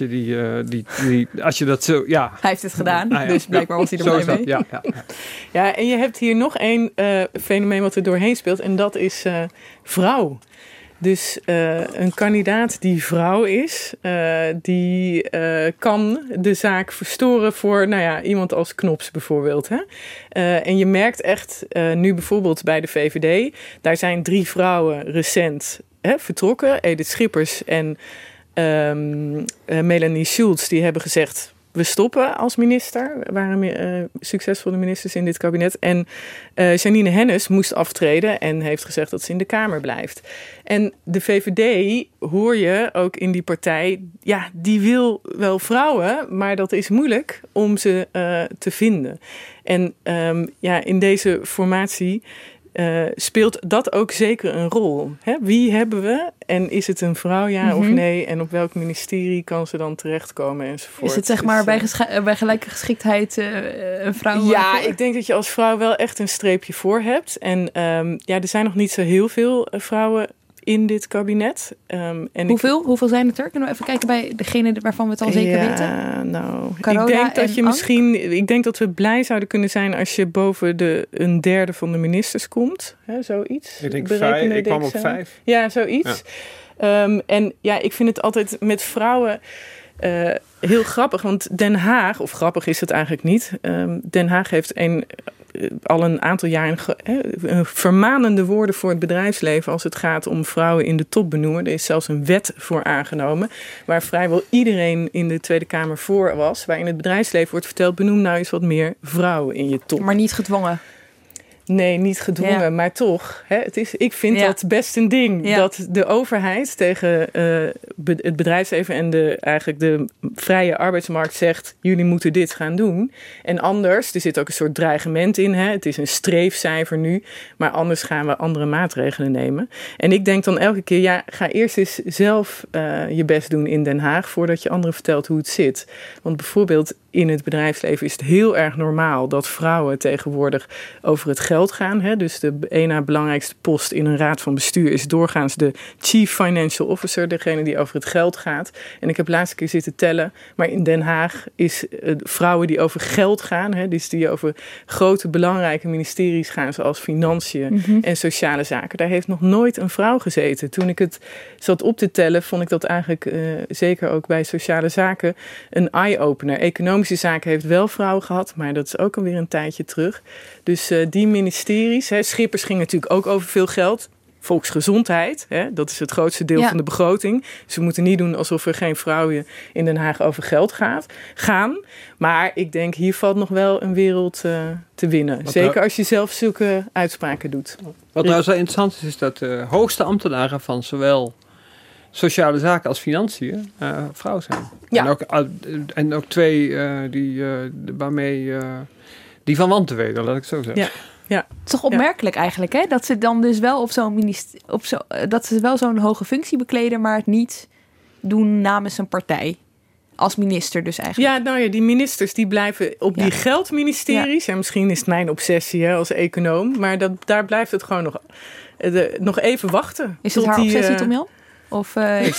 als je dat zo, ja. Hij heeft het gedaan, dus blijkbaar was hij er blij mee. Ja, en je hebt hier nog één fenomeen wat er doorheen speelt. En dat is vrouw. Dus een kandidaat die vrouw is, die kan de zaak verstoren voor iemand als Knops bijvoorbeeld. Hè? En je merkt echt, nu bijvoorbeeld bij de VVD, daar zijn 3 vrouwen recent vertrokken. Edith Schippers en Melanie Schultz, die hebben gezegd, we stoppen als minister. Er waren succesvolle ministers in dit kabinet. En Janine Hennis moest aftreden en heeft gezegd dat ze in de Kamer blijft. En de VVD, hoor je ook in die partij, ja, die wil wel vrouwen, maar dat is moeilijk om ze te vinden. En in deze formatie speelt dat ook zeker een rol. Hè? Wie hebben we? En is het een vrouw, of nee? En op welk ministerie kan ze dan terechtkomen enzovoort? Is het zeg maar bij gelijke geschiktheid een vrouw? Ja, ik denk dat je als vrouw wel echt een streepje voor hebt. En er zijn nog niet zo heel veel vrouwen in dit kabinet. Hoeveel zijn het er? Kunnen we even kijken bij degene waarvan we het al zeker weten? Ik denk dat we blij zouden kunnen zijn als je boven een derde van de ministers komt. Hè, zoiets. Ik denk 5. Ik kwam op 5. Ja, zoiets. Ja. Ik vind het altijd met vrouwen heel grappig. Want Den Haag, of grappig is het eigenlijk niet. Den Haag heeft al een aantal jaar vermanende woorden voor het bedrijfsleven als het gaat om vrouwen in de top benoemen. Er is zelfs een wet voor aangenomen waar vrijwel iedereen in de Tweede Kamer voor was. Waarin het bedrijfsleven wordt verteld, benoem nou eens wat meer vrouwen in je top. Maar niet gedwongen. Nee, niet gedwongen, maar toch. Ik vind dat best een ding. Ja. Dat de overheid tegen het bedrijfsleven en eigenlijk de vrije arbeidsmarkt zegt, jullie moeten dit gaan doen. En anders, er zit ook een soort dreigement in. Het is een streefcijfer nu, maar anders gaan we andere maatregelen nemen. En ik denk dan elke keer, ga eerst eens zelf je best doen in Den Haag voordat je anderen vertelt hoe het zit. Want bijvoorbeeld in het bedrijfsleven is het heel erg normaal dat vrouwen tegenwoordig over het geld gaan. Hè? Dus de één na belangrijkste post in een raad van bestuur is doorgaans de Chief Financial Officer, degene die over het geld gaat. En ik heb laatst keer zitten tellen, maar in Den Haag is vrouwen die over geld gaan, hè? Dus die over grote belangrijke ministeries gaan, zoals financiën en sociale zaken. Daar heeft nog nooit een vrouw gezeten. Toen ik het zat op te tellen, vond ik dat eigenlijk zeker ook bij sociale zaken een eye-opener. Economische zaken heeft wel vrouwen gehad, maar dat is ook alweer een tijdje terug. Dus die ministeries, Schippers ging natuurlijk ook over veel geld. Volksgezondheid, dat is het grootste deel van de begroting. Dus we moeten niet doen alsof er geen vrouwen in Den Haag over geld gaan. Maar ik denk, hier valt nog wel een wereld te winnen. Zeker als je zelf zulke uitspraken doet. Wat nou zo interessant is dat de hoogste ambtenaren van zowel sociale zaken als financiën vrouw zijn. Ja. En ook 2 die van wantrouwen, laat ik zo zeggen. Ja. Ja. Het is toch opmerkelijk eigenlijk, hè? Dat ze dan dus wel dat ze wel zo'n hoge functie bekleden, maar het niet doen namens een partij. Als minister dus eigenlijk. Ja, die ministers die blijven op die geldministeries. Ja. En misschien is het mijn obsessie als econoom, maar daar blijft het gewoon nog even wachten. Is het haar obsessie, Tom Jan? Of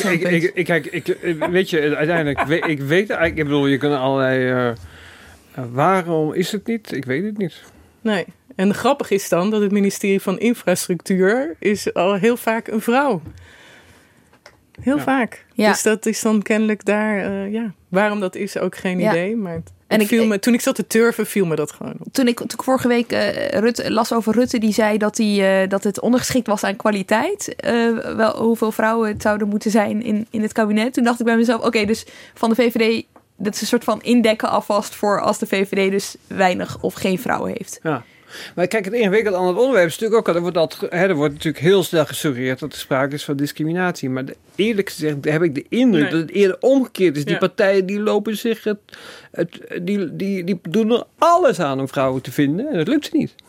weet je, uiteindelijk, ik bedoel, je kunt allerlei. Waarom is het niet? Ik weet het niet. Nee. En grappig is dan dat het ministerie van Infrastructuur is al heel vaak een vrouw. Heel vaak. Ja. Dus dat is dan kennelijk daar... Waarom dat is, ook geen idee. Maar toen ik zat te turven, viel me dat gewoon op. Toen ik vorige week las over Rutte, die zei dat het ondergeschikt was aan kwaliteit. Hoeveel vrouwen het zouden moeten zijn in het kabinet. Toen dacht ik bij mezelf, oké, dus van de VVD... dat is een soort van indekken alvast voor als de VVD dus weinig of geen vrouwen heeft. Ja. Maar kijk, het ingewikkeld aan het onderwerp is natuurlijk ook... Er wordt natuurlijk heel snel gesuggereerd dat er sprake is van discriminatie. Maar eerlijk gezegd heb ik de indruk dat het eerder omgekeerd is. Die partijen die lopen zich... Die doen er alles aan om vrouwen te vinden. En dat lukt ze niet.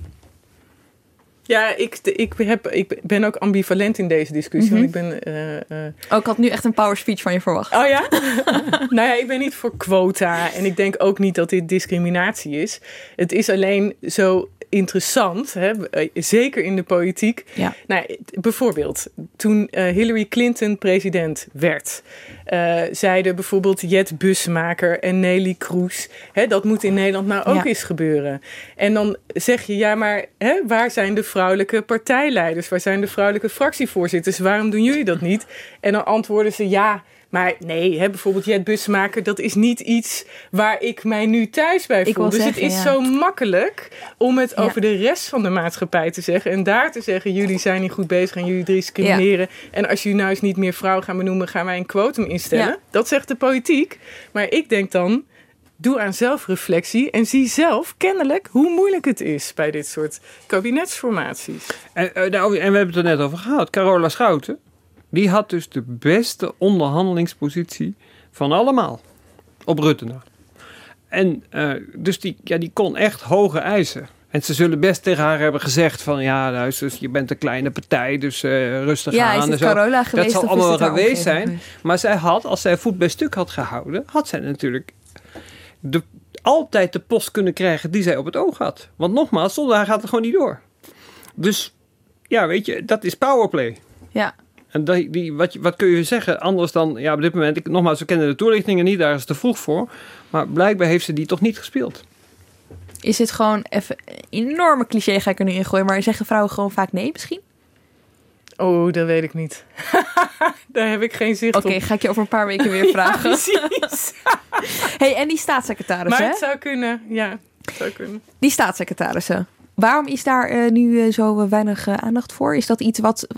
Ja, ik ben ook ambivalent in deze discussie. Want ik had nu echt een power speech van je verwacht. Oh ja? Nou ja, ik ben niet voor quota. En ik denk ook niet dat dit discriminatie is. Het is alleen zo interessant, hè? Zeker in de politiek. Ja. Nou, bijvoorbeeld, toen Hillary Clinton president werd... zeiden bijvoorbeeld Jet Bussemaker en Nelly Kroes... dat moet in Nederland nou ook eens gebeuren. En dan zeg je, ja, maar waar zijn de vrouwelijke partijleiders? Waar zijn de vrouwelijke fractievoorzitters? Waarom doen jullie dat niet? En dan antwoorden ze, ja... Maar nee, bijvoorbeeld Jet Bussemaker, dat is niet iets waar ik mij nu thuis bij voel. Dus het is zo makkelijk om het over de rest van de maatschappij te zeggen. En daar te zeggen, jullie zijn niet goed bezig en jullie discrimineren. Ja. En als jullie nou eens niet meer vrouwen gaan benoemen, gaan wij een quotum instellen. Ja. Dat zegt de politiek. Maar ik denk dan, doe aan zelfreflectie en zie zelf kennelijk hoe moeilijk het is bij dit soort kabinetsformaties. En we hebben het er net over gehad. Carola Schouten. Die had dus de beste onderhandelingspositie van allemaal. Op Rutte na. En dus die kon echt hoge eisen. En ze zullen best tegen haar hebben gezegd van... ja, luister, je bent een kleine partij, dus rustig aan. Is het Carola geweest? Dat zal allemaal wel geweest zijn. Maar zij had, als zij voet bij stuk had gehouden... had zij natuurlijk altijd de post kunnen krijgen die zij op het oog had. Want nogmaals, zonder haar gaat het gewoon niet door. Dus ja, weet je, dat is powerplay. Ja. En wat kun je zeggen anders dan... Ja, op dit moment, nogmaals, we kennen de toelichtingen niet. Daar is het te vroeg voor. Maar blijkbaar heeft ze die toch niet gespeeld. Is dit gewoon even een enorme cliché, ga ik er nu in gooien. Maar zeggen vrouwen gewoon vaak nee misschien? Oh, dat weet ik niet. Daar heb ik geen zicht op. Oké, ga ik je over een paar weken weer vragen. Precies. Hey, en die staatssecretaris, maar het zou kunnen, ja. Het zou kunnen. Die staatssecretarissen. Waarom is daar nu zo weinig aandacht voor? Is dat iets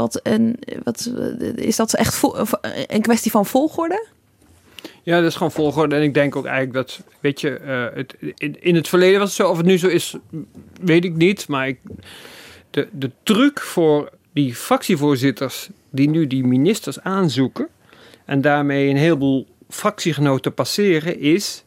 is dat echt een kwestie van volgorde? Ja, dat is gewoon volgorde. En ik denk ook eigenlijk dat, weet je, in het verleden was het zo. Of het nu zo is, weet ik niet. Maar de truc voor die fractievoorzitters die nu die ministers aanzoeken... en daarmee een heleboel fractiegenoten passeren... is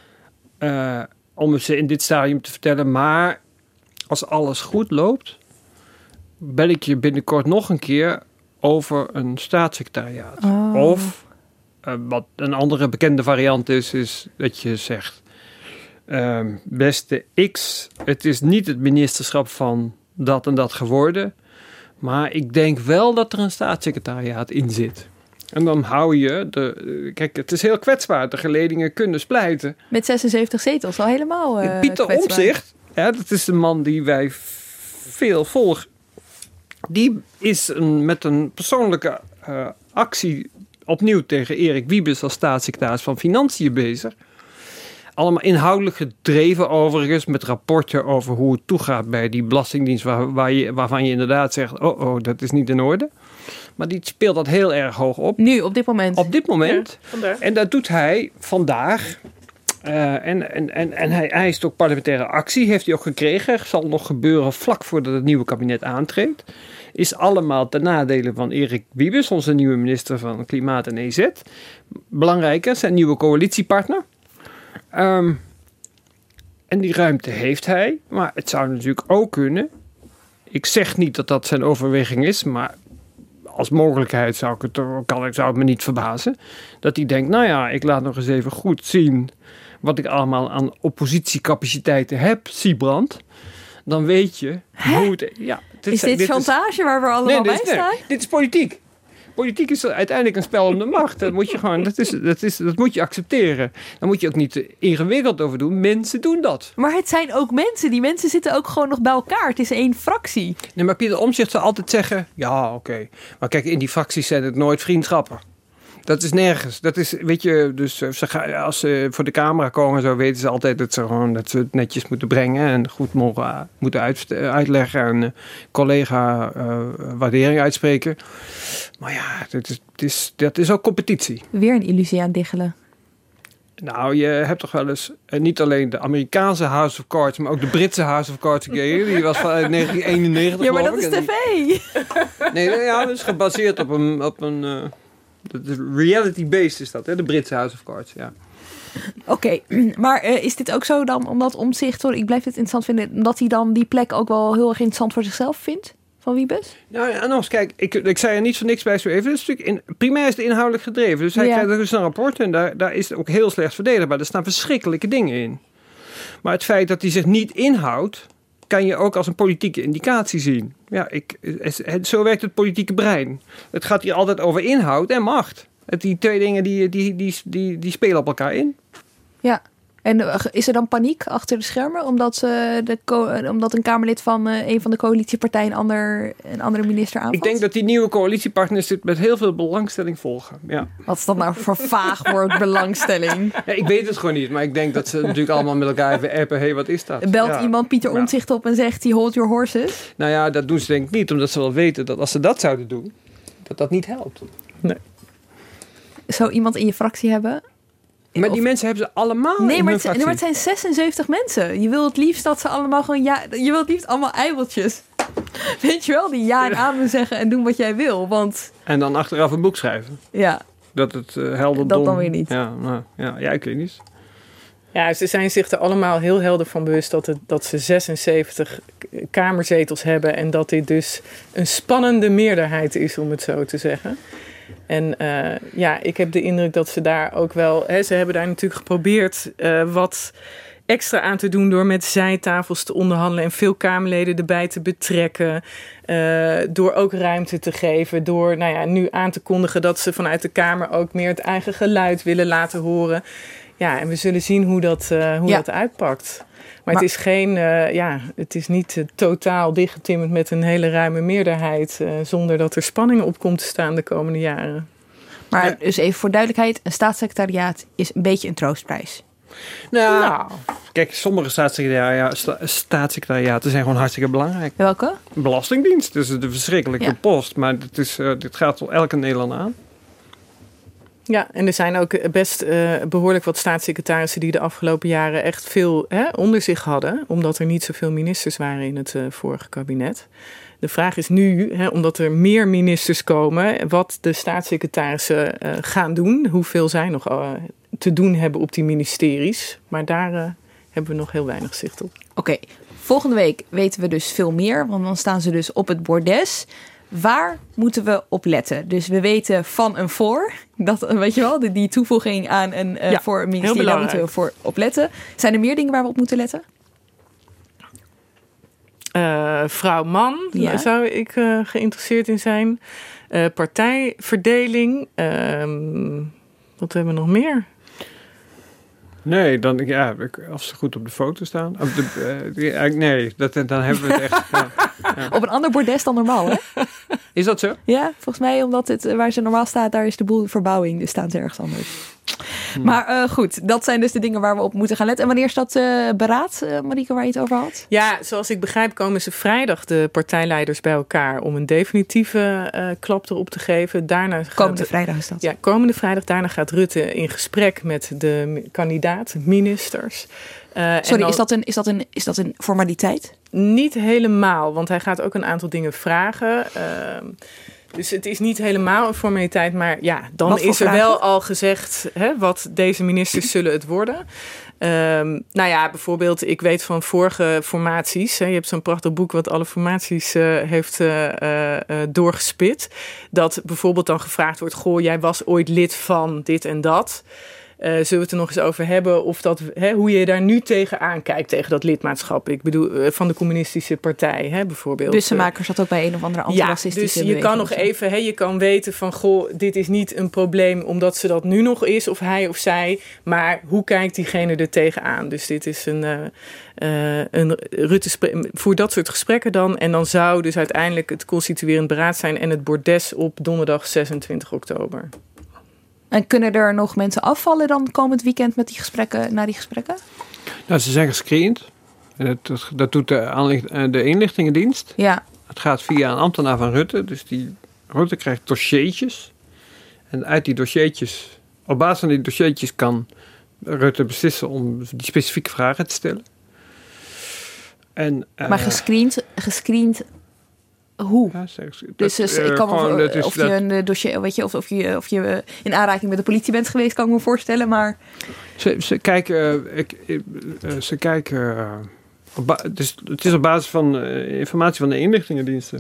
om ze in dit stadium te vertellen... maar als alles goed loopt... bel ik je binnenkort nog een keer over een staatssecretariaat. Oh. Of wat een andere bekende variant is dat je zegt... beste X, het is niet het ministerschap van dat en dat geworden... maar ik denk wel dat er een staatssecretariaat in zit. En dan hou je... Kijk, het is heel kwetsbaar. De geledingen kunnen splijten. Met 76 zetels, al helemaal Pieter Omtzigt, ja, dat is de man die wij veel volgen... die is met een persoonlijke actie... opnieuw tegen Erik Wiebes als staatssecretaris van Financiën bezig. Allemaal inhoudelijk gedreven overigens... met rapporten over hoe het toegaat bij die belastingdienst... waarvan je inderdaad zegt... oh, dat is niet in orde. Maar die speelt dat heel erg hoog op. Nu, op dit moment? Op dit moment. Ja, en dat doet hij vandaag... En hij is ook parlementaire actie, heeft hij ook gekregen. Zal nog gebeuren vlak voordat het nieuwe kabinet aantreedt. Is allemaal ten nadele van Erik Wiebes, onze nieuwe minister van Klimaat en EZ. Belangrijker, zijn nieuwe coalitiepartner. En die ruimte heeft hij. Maar het zou natuurlijk ook kunnen. Ik zeg niet dat dat zijn overweging is, maar als mogelijkheid zou het me niet verbazen. Dat hij denkt, nou ja, ik laat nog eens even goed zien wat ik allemaal aan oppositiecapaciteiten heb, Siebrand. Dan weet je hoe het... Ja, is dit chantage waar we allemaal bij staan? Dit is politiek. politiek is uiteindelijk een spel om de macht. Dat moet je gewoon, dat moet je accepteren. Daar moet je ook niet ingewikkeld over doen. Mensen doen dat. Maar het zijn ook mensen. Die mensen zitten ook gewoon nog bij elkaar. Het is 1 fractie. Nee, maar Pieter Omtzigt zal altijd zeggen, ja, oké. Maar kijk, in die fracties zijn het nooit vriendschappen. Dat is nergens. Dat is, weet je, dus als ze voor de camera komen, zo weten ze altijd dat ze het netjes moeten brengen en goed moeten uitleggen en collega waardering uitspreken. Maar ja, dat is ook competitie. Weer een illusie aan diggelen. Nou, je hebt toch wel eens niet alleen de Amerikaanse House of Cards, maar ook de Britse House of Cards gekeken. Die was van 1991. Ja, maar dat is tv. Nee, ja, dat is gebaseerd op een reality-based is dat, hè? De Britse House of Cards, ja. Oké, maar is dit ook zo dan, omdat Omtzigt, ik blijf dit interessant vinden, omdat hij dan die plek ook wel heel erg interessant voor zichzelf vindt? Van Wiebes? Nou ja, nog eens, kijk, ik zei er niet voor niks bij zo even. Primair is het inhoudelijk gedreven. Dus hij krijgt dus een rapport en daar is het ook heel slecht verdedigbaar. Er staan verschrikkelijke dingen in. Maar het feit dat hij zich niet inhoudt, kan je ook als een politieke indicatie zien. Ja, zo werkt het politieke brein. Het gaat hier altijd over inhoud en macht. Die twee dingen die spelen op elkaar in. Ja. En is er dan paniek achter de schermen? Omdat een Kamerlid van een van de coalitiepartijen een andere minister aanvalt? Ik denk dat die nieuwe coalitiepartners dit met heel veel belangstelling volgen. Ja. Wat is dat nou voor vaag woord, belangstelling? Ja, ik weet het gewoon niet. Maar ik denk dat ze natuurlijk allemaal met elkaar even appen. Hé, wat is dat? Belt iemand Pieter Omtzigt op en zegt hij hold your horses? Nou ja, dat doen ze denk ik niet. Omdat ze wel weten dat als ze dat zouden doen, dat niet helpt. Nee. Zou iemand in je fractie hebben? Maar die mensen hebben ze allemaal in hun fractie. Nee, maar het zijn 76 mensen. Je wil het liefst dat ze allemaal gewoon je wil het liefst allemaal eiweltjes. Weet je wel, die ja en amen zeggen en doen wat jij wil. Want... En dan achteraf een boek schrijven. Ja. Dat het helder dat dan weer niet. Ja, ik weet niet. Ja, ze zijn zich er allemaal heel helder van bewust dat ze 76 kamerzetels hebben. En dat dit dus een spannende meerderheid is, om het zo te zeggen. En ik heb de indruk dat ze daar ook wel... ze hebben daar natuurlijk geprobeerd wat extra aan te doen... door met zijtafels te onderhandelen en veel Kamerleden erbij te betrekken. Door ook ruimte te geven. Door nu aan te kondigen dat ze vanuit de Kamer ook meer het eigen geluid willen laten horen. Ja, en we zullen zien hoe dat uitpakt. Maar het is niet totaal dichtgetimmerd met een hele ruime meerderheid... zonder dat er spanning op komt te staan de komende jaren. Maar dus even voor duidelijkheid, een staatssecretariaat is een beetje een troostprijs. Nou, kijk, sommige staatssecretariaten zijn gewoon hartstikke belangrijk. Welke? Belastingdienst, dus de verschrikkelijke post. Maar dit gaat toch elke Nederlander aan. Ja, en er zijn ook best behoorlijk wat staatssecretarissen die de afgelopen jaren echt veel onder zich hadden. Omdat er niet zoveel ministers waren in het vorige kabinet. De vraag is nu, omdat er meer ministers komen, wat de staatssecretarissen gaan doen. Hoeveel zij nog te doen hebben op die ministeries. Maar daar hebben we nog heel weinig zicht op. Oké, volgende week weten we dus veel meer, want dan staan ze dus op het bordes. Waar moeten we op letten? Dus we weten van en voor. Dat, weet je wel, die toevoeging aan voor een ministerie, daar moeten we voor op letten. Zijn er meer dingen waar we op moeten letten? Vrouw, man, zou ik geïnteresseerd in zijn. Partijverdeling. Wat hebben we nog meer? Nee, als ze goed op de foto staan. Dan hebben we het echt. Ja. Op een ander bordes dan normaal, hè? Is dat zo? Ja, volgens mij, omdat waar ze normaal staat, daar is de boel verbouwing. Dus staan ze ergens anders. Maar goed, dat zijn dus de dingen waar we op moeten gaan letten. En wanneer is dat beraad, Marieke, waar je het over had? Ja, zoals ik begrijp komen ze vrijdag de partijleiders bij elkaar om een definitieve klap erop te geven. Komende vrijdag is dat? Ja, komende vrijdag. Daarna gaat Rutte in gesprek met de kandidaat-ministers. Sorry, is dat een formaliteit? Niet helemaal, want hij gaat ook een aantal dingen vragen. Dus het is niet helemaal een formaliteit, maar dan is er wel al gezegd wat deze ministers zullen het worden. Bijvoorbeeld, ik weet van vorige formaties, je hebt zo'n prachtig boek wat alle formaties heeft doorgespit, dat bijvoorbeeld dan gevraagd wordt, jij was ooit lid van dit en dat. Zullen we het er nog eens over hebben of hoe je daar nu tegenaan kijkt tegen dat lidmaatschap? Ik bedoel, van de communistische partij bijvoorbeeld. Bussemaker zat ook bij een of andere antiracistische dus je kan nog even, je kan weten van, goh, dit is niet een probleem omdat ze dat nu nog is, of hij of zij, maar hoe kijkt diegene er tegenaan? Dus dit is een Rutte voert dat soort gesprekken dan, en dan zou dus uiteindelijk het constituerend beraad zijn en het bordes op donderdag 26 oktober. En kunnen er nog mensen afvallen dan komend weekend met na die gesprekken? Nou, ze zijn gescreend. En dat doet de inlichtingendienst. Ja. Het gaat via een ambtenaar van Rutte. Dus Rutte krijgt dossiertjes. En uit die dossiertjes, op basis van die dossiertjes kan Rutte beslissen om die specifieke vragen te stellen. Maar gescreend hoe? Ja, dus ik kan of je een dossier, weet je, of je in aanraking met de politie bent geweest, kan ik me voorstellen, maar ze kijken. Het is op basis van informatie van de inlichtingendiensten.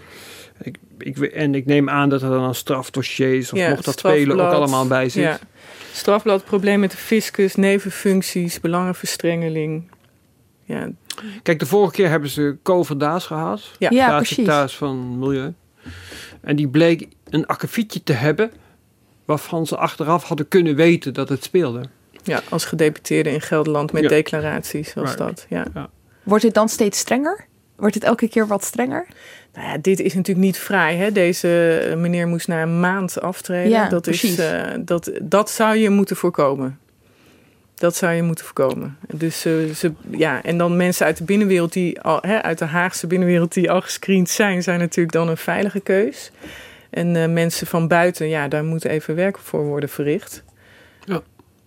Ik neem aan dat er dan strafdossiers of mocht dat spelen ook allemaal bij zit. Ja. Strafblad, probleem met de fiscus, nevenfuncties, belangenverstrengeling. Ja. Kijk, de vorige keer hebben ze Co Verdaas gehad. Ja, staatssecretaris van Milieu. En die bleek een akkefietje te hebben waarvan ze achteraf hadden kunnen weten dat het speelde. Ja, als gedeputeerde in Gelderland met declaraties was dat. Ja. Ja. Wordt dit dan steeds strenger? Wordt dit elke keer wat strenger? Nou ja, dit is natuurlijk niet vrij. Hè? Deze meneer moest na een maand aftreden. Ja, dat precies. Dat zou je moeten voorkomen. Dat zou je moeten voorkomen. Dus en dan mensen uit de binnenwereld uit de Haagse binnenwereld die al gescreend zijn natuurlijk dan een veilige keus. En mensen van buiten, daar moet even werk voor worden verricht. Ja.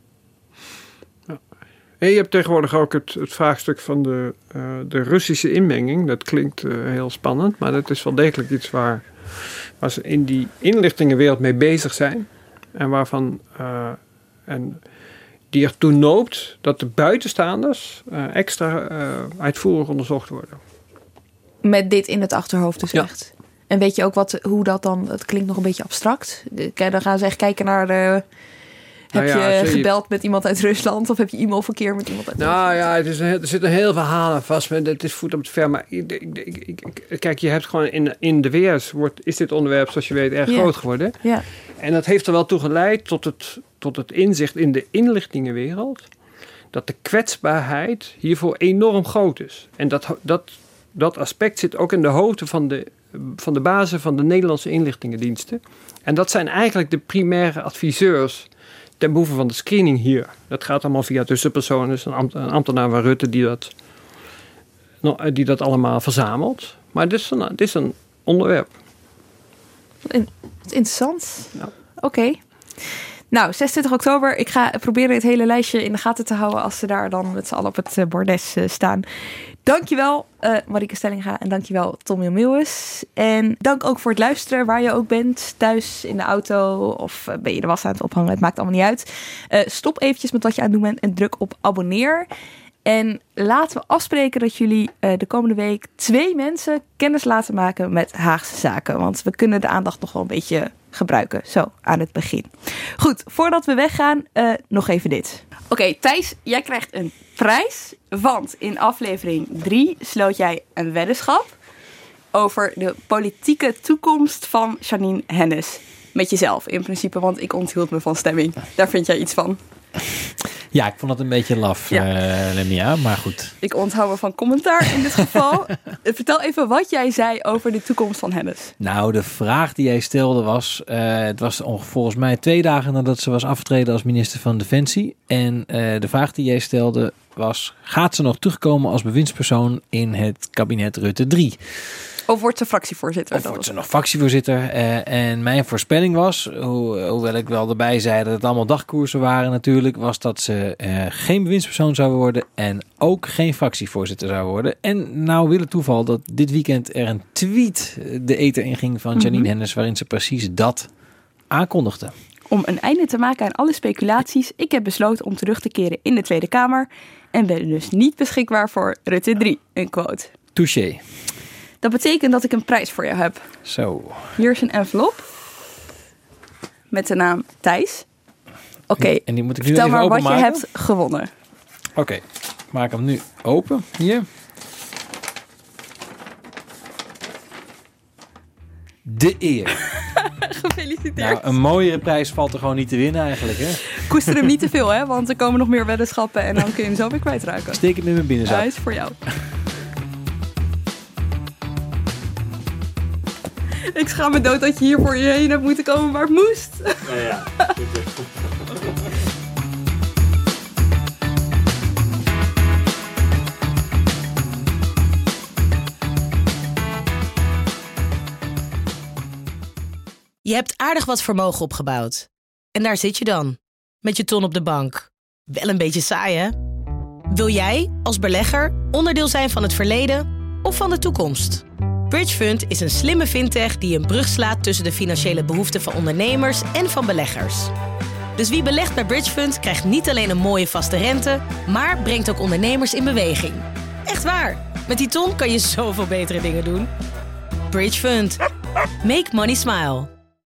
En je hebt tegenwoordig ook het vraagstuk van de Russische inmenging. Dat klinkt heel spannend, maar dat is wel degelijk iets waar ze in die inlichtingenwereld mee bezig zijn. En waarvan die ertoe noopt dat de buitenstaanders extra uitvoerig onderzocht worden. Met dit in het achterhoofd dus echt. En weet je ook hoe dat dan... Het klinkt nog een beetje abstract. Dan gaan ze echt kijken naar... Heb je gebeld met iemand uit Rusland? Of heb je e-mailverkeer met iemand uit Rusland? Er zitten heel veel verhalen vast. Het is voet op het ver. Maar kijk, je hebt gewoon in de VS is dit onderwerp, zoals je weet, erg groot geworden. Ja. En dat heeft er wel toe geleid tot het inzicht in de inlichtingenwereld dat de kwetsbaarheid hiervoor enorm groot is. En dat aspect zit ook in de hoofden van de bazen van de Nederlandse inlichtingendiensten. En dat zijn eigenlijk de primaire adviseurs ten behoeve van de screening hier. Dat gaat allemaal via tussenpersonen. Dus een ambtenaar van Rutte die dat allemaal verzamelt. Maar dit is een onderwerp. Interessant. Ja. Oké. Nou, 26 oktober. Ik ga proberen het hele lijstje in de gaten te houden als ze daar dan met z'n allen op het bordes staan. Dankjewel Marieke Stellinga en dankjewel Tom Meeuwis. En dank ook voor het luisteren waar je ook bent. Thuis, in de auto of ben je de was aan het ophangen. Het maakt allemaal niet uit. Stop eventjes met wat je aan het doen bent en druk op abonneer. En laten we afspreken dat jullie de komende week 2 mensen kennis laten maken met Haagse zaken. Want we kunnen de aandacht nog wel een beetje gebruiken, zo aan het begin. Goed, voordat we weggaan, nog even dit. Oké, Thijs, jij krijgt een prijs, want in aflevering 3 sloot jij een weddenschap over de politieke toekomst van Jeanine Hennis. Met jezelf in principe, want ik onthield me van stemming. Daar vind jij iets van? Ja, ik vond dat een beetje laf, Lemia, maar goed. Ik onthoud me van commentaar in dit geval. Vertel even wat jij zei over de toekomst van Hennis. Nou, de vraag die jij stelde was... het was volgens mij 2 dagen nadat ze was afgetreden als minister van Defensie. En de vraag die jij stelde was... gaat ze nog terugkomen als bewindspersoon in het kabinet Rutte 3? Of wordt ze fractievoorzitter? Of wordt ze nog fractievoorzitter? En mijn voorspelling was, hoewel ik wel erbij zei dat het allemaal dagkoersen waren natuurlijk, was dat ze geen bewindspersoon zou worden en ook geen fractievoorzitter zou worden. En nou wil het toeval dat dit weekend er een tweet de ether inging van Jeanine Hennis waarin ze precies dat aankondigde. Om een einde te maken aan alle speculaties, ik heb besloten om terug te keren in de Tweede Kamer en ben dus niet beschikbaar voor Rutte 3, een quote. Touché. Dat betekent dat ik een prijs voor jou heb. Zo. Hier is een envelop met de naam Thijs. Oké, En die moet ik nu vertel even maar wat openmaken. je hebt gewonnen. Oké, maak hem nu open. Hier. De eer. Gefeliciteerd. Nou, een mooiere prijs valt er gewoon niet te winnen eigenlijk, hè? Koester hem niet te veel, hè? Want er komen nog meer weddenschappen en dan kun je hem zo weer kwijtraken. Steek hem in mijn binnenzak. Hij is voor jou. Ik schaam me dood dat je hier voor je heen hebt moeten komen, maar het moest. Ja. Je hebt aardig wat vermogen opgebouwd. En daar zit je dan, met je ton op de bank. Wel een beetje saai, hè? Wil jij, als belegger, onderdeel zijn van het verleden of van de toekomst? Bridgefund is een slimme fintech die een brug slaat tussen de financiële behoeften van ondernemers en van beleggers. Dus wie belegt bij Bridgefund krijgt niet alleen een mooie vaste rente, maar brengt ook ondernemers in beweging. Echt waar, met die ton kan je zoveel betere dingen doen. Bridgefund. Make money smile.